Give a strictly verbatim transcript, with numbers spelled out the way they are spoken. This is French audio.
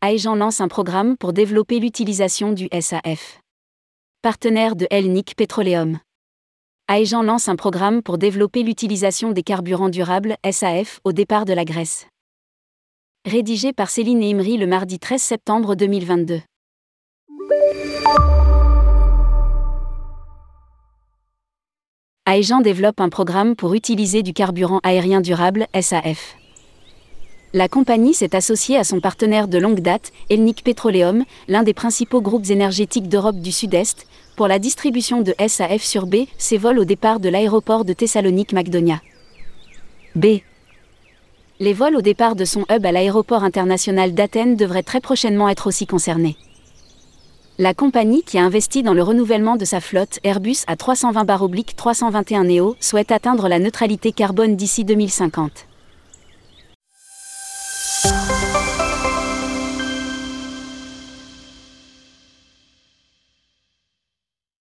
Aegean lance un programme pour développer l'utilisation du S A F. Partenaire de Hellenic Petroleum. Aegean lance un programme pour développer l'utilisation des carburants durables S A F au départ de la Grèce. Rédigé par Céline et Imri le mardi treize septembre deux mille vingt-deux. Aegean développe un programme pour utiliser du carburant aérien durable S A F. La compagnie s'est associée à son partenaire de longue date, Hellenic Petroleum, l'un des principaux groupes énergétiques d'Europe du Sud-Est, pour la distribution de S A F sur B, ses vols au départ de l'aéroport de Thessalonique-Macedonia. B. Les vols au départ de son hub à l'aéroport international d'Athènes devraient très prochainement être aussi concernés. La compagnie, qui a investi dans le renouvellement de sa flotte Airbus A trois cent vingt trois cent vingt et un Neo, souhaite atteindre la neutralité carbone d'ici deux mille cinquante.